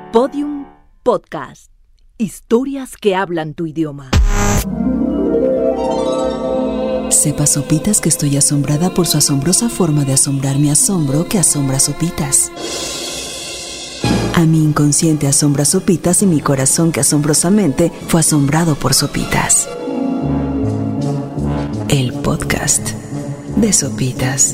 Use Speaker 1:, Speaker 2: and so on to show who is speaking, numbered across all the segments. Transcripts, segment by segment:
Speaker 1: Podium Podcast. Historias que hablan tu idioma.
Speaker 2: Sepa, Sopitas, que estoy asombrada por su asombrosa forma de asombrar mi asombro que asombra a Sopitas. A mi inconsciente asombra Sopitas y mi corazón que asombrosamente fue asombrado por Sopitas. El podcast de Sopitas.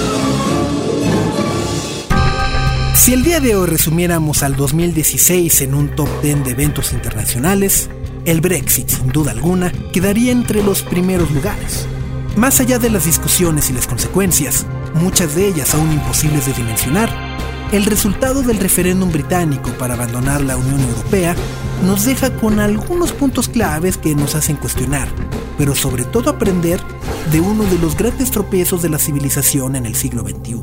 Speaker 3: Si el día de hoy resumiéramos al 2016 en un top 10 de eventos internacionales, el Brexit, sin duda alguna, quedaría entre los primeros lugares. Más allá de las discusiones y las consecuencias, muchas de ellas aún imposibles de dimensionar, el resultado del referéndum británico para abandonar la Unión Europea nos deja con algunos puntos claves que nos hacen cuestionar, pero sobre todo aprender de uno de los grandes tropiezos de la civilización en el siglo XXI.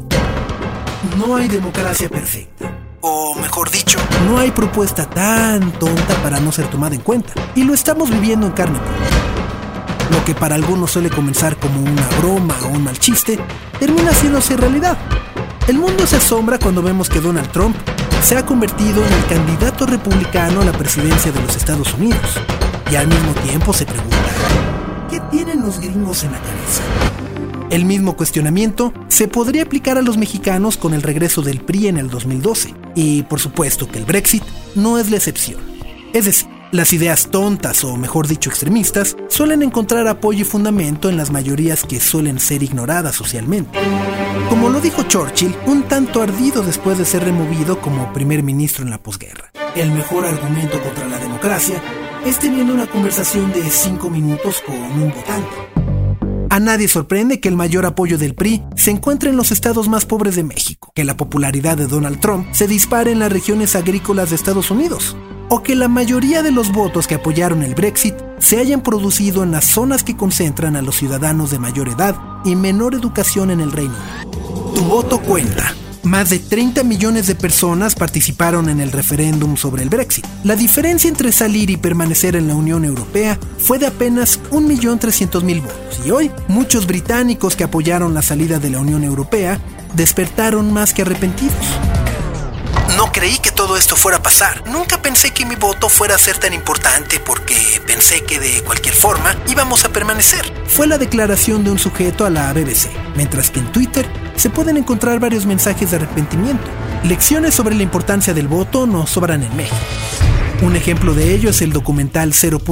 Speaker 3: No hay democracia perfecta. O mejor dicho, no hay propuesta tan tonta para no ser tomada en cuenta. Y lo estamos viviendo en carne propia. Lo que para algunos suele comenzar como una broma o un mal chiste, termina haciéndose realidad. El mundo se asombra cuando vemos que Donald Trump se ha convertido en el candidato republicano a la presidencia de los Estados Unidos. Y al mismo tiempo se pregunta, ¿qué tienen los gringos en la cabeza? El mismo cuestionamiento se podría aplicar a los mexicanos con el regreso del PRI en el 2012. Y por supuesto que el Brexit no es la excepción. Es decir, las ideas tontas o mejor dicho extremistas suelen encontrar apoyo y fundamento en las mayorías que suelen ser ignoradas socialmente. Como lo dijo Churchill, un tanto ardido después de ser removido como primer ministro en la posguerra. El mejor argumento contra la democracia es teniendo una conversación de 5 minutos con un votante. A nadie sorprende que el mayor apoyo del PRI se encuentre en los estados más pobres de México, que la popularidad de Donald Trump se dispare en las regiones agrícolas de Estados Unidos, o que la mayoría de los votos que apoyaron el Brexit se hayan producido en las zonas que concentran a los ciudadanos de mayor edad y menor educación en el Reino Unido. Tu voto cuenta. Más de 30 millones de personas participaron en el referéndum sobre el Brexit. La diferencia entre salir y permanecer en la Unión Europea fue de apenas 1.300.000 votos. Y hoy, muchos británicos que apoyaron la salida de la Unión Europea despertaron más que arrepentidos. No creí que todo esto fuera a pasar. Nunca pensé que mi voto fuera a ser tan importante porque pensé que de cualquier forma íbamos a permanecer. Fue la declaración de un sujeto a la BBC, mientras que en Twitter se pueden encontrar varios mensajes de arrepentimiento. Lecciones sobre la importancia del voto nos sobran en México. Un ejemplo de ello es el documental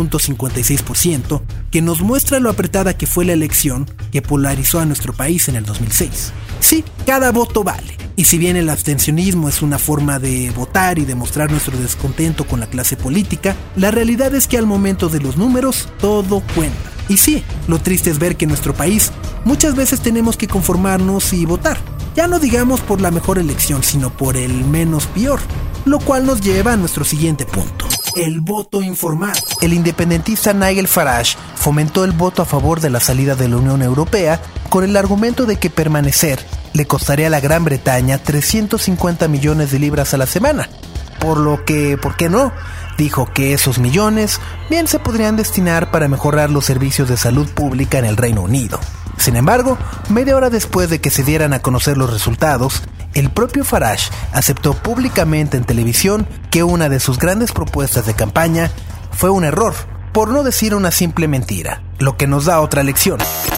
Speaker 3: 0.56%, que nos muestra lo apretada que fue la elección que polarizó a nuestro país en el 2006. Sí, cada voto vale. Y si bien el abstencionismo es una forma de votar y demostrar nuestro descontento con la clase política, la realidad es que al momento de los números, todo cuenta. Y sí, lo triste es ver que en nuestro país muchas veces tenemos que conformarnos y votar. Ya no digamos por la mejor elección, sino por el menos peor. Lo cual nos lleva a nuestro siguiente punto. El voto informado. El independentista Nigel Farage fomentó el voto a favor de la salida de la Unión Europea con el argumento de que permanecer le costaría a la Gran Bretaña 350 millones de libras a la semana. Por lo que, ¿por qué no? Dijo que esos millones bien se podrían destinar para mejorar los servicios de salud pública en el Reino Unido. Sin embargo, media hora después de que se dieran a conocer los resultados, el propio Farage aceptó públicamente en televisión que una de sus grandes propuestas de campaña fue un error, por no decir una simple mentira, lo que nos da otra lección.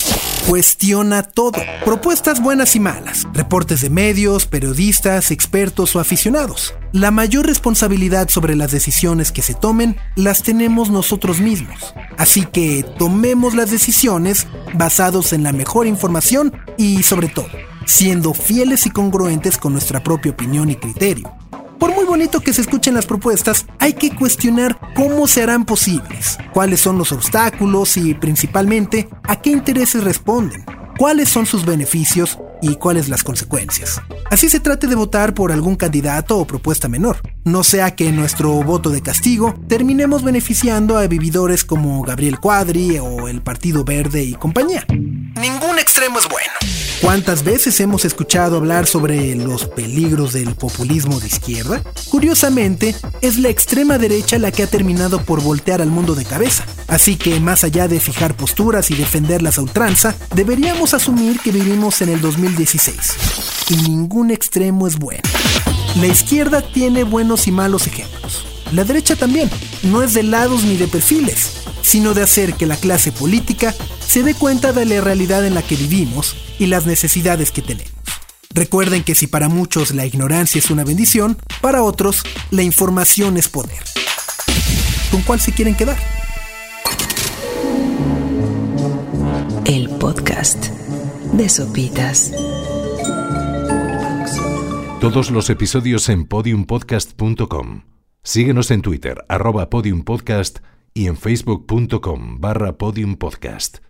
Speaker 3: Cuestiona todo, propuestas buenas y malas, reportes de medios, periodistas, expertos o aficionados. La mayor responsabilidad sobre las decisiones que se tomen las tenemos nosotros mismos. Así que tomemos las decisiones basados en la mejor información y, sobre todo, siendo fieles y congruentes con nuestra propia opinión y criterio. Por muy bonito que se escuchen las propuestas, hay que cuestionar cómo se harán posibles, cuáles son los obstáculos y, principalmente, a qué intereses responden, cuáles son sus beneficios y cuáles las consecuencias. Así se trate de votar por algún candidato o propuesta menor. No sea que en nuestro voto de castigo terminemos beneficiando a vividores como Gabriel Cuadri o el Partido Verde y compañía. Ningún extremo es bueno. ¿Cuántas veces hemos escuchado hablar sobre los peligros del populismo de izquierda? Curiosamente, es la extrema derecha la que ha terminado por voltear al mundo de cabeza. Así que, más allá de fijar posturas y defenderlas a ultranza, deberíamos asumir que vivimos en el 2016. Y ningún extremo es bueno. La izquierda tiene buenos y malos ejemplos. La derecha también, no es de lados ni de perfiles, sino de hacer que la clase política se dé cuenta de la realidad en la que vivimos y las necesidades que tenemos. Recuerden que si para muchos la ignorancia es una bendición, para otros la información es poder. ¿Con cuál se quieren quedar?
Speaker 2: El podcast de Sopitas.
Speaker 4: Todos los episodios en podiumpodcast.com. Síguenos en Twitter, @podiumpodcast y en facebook.com/podiumpodcast.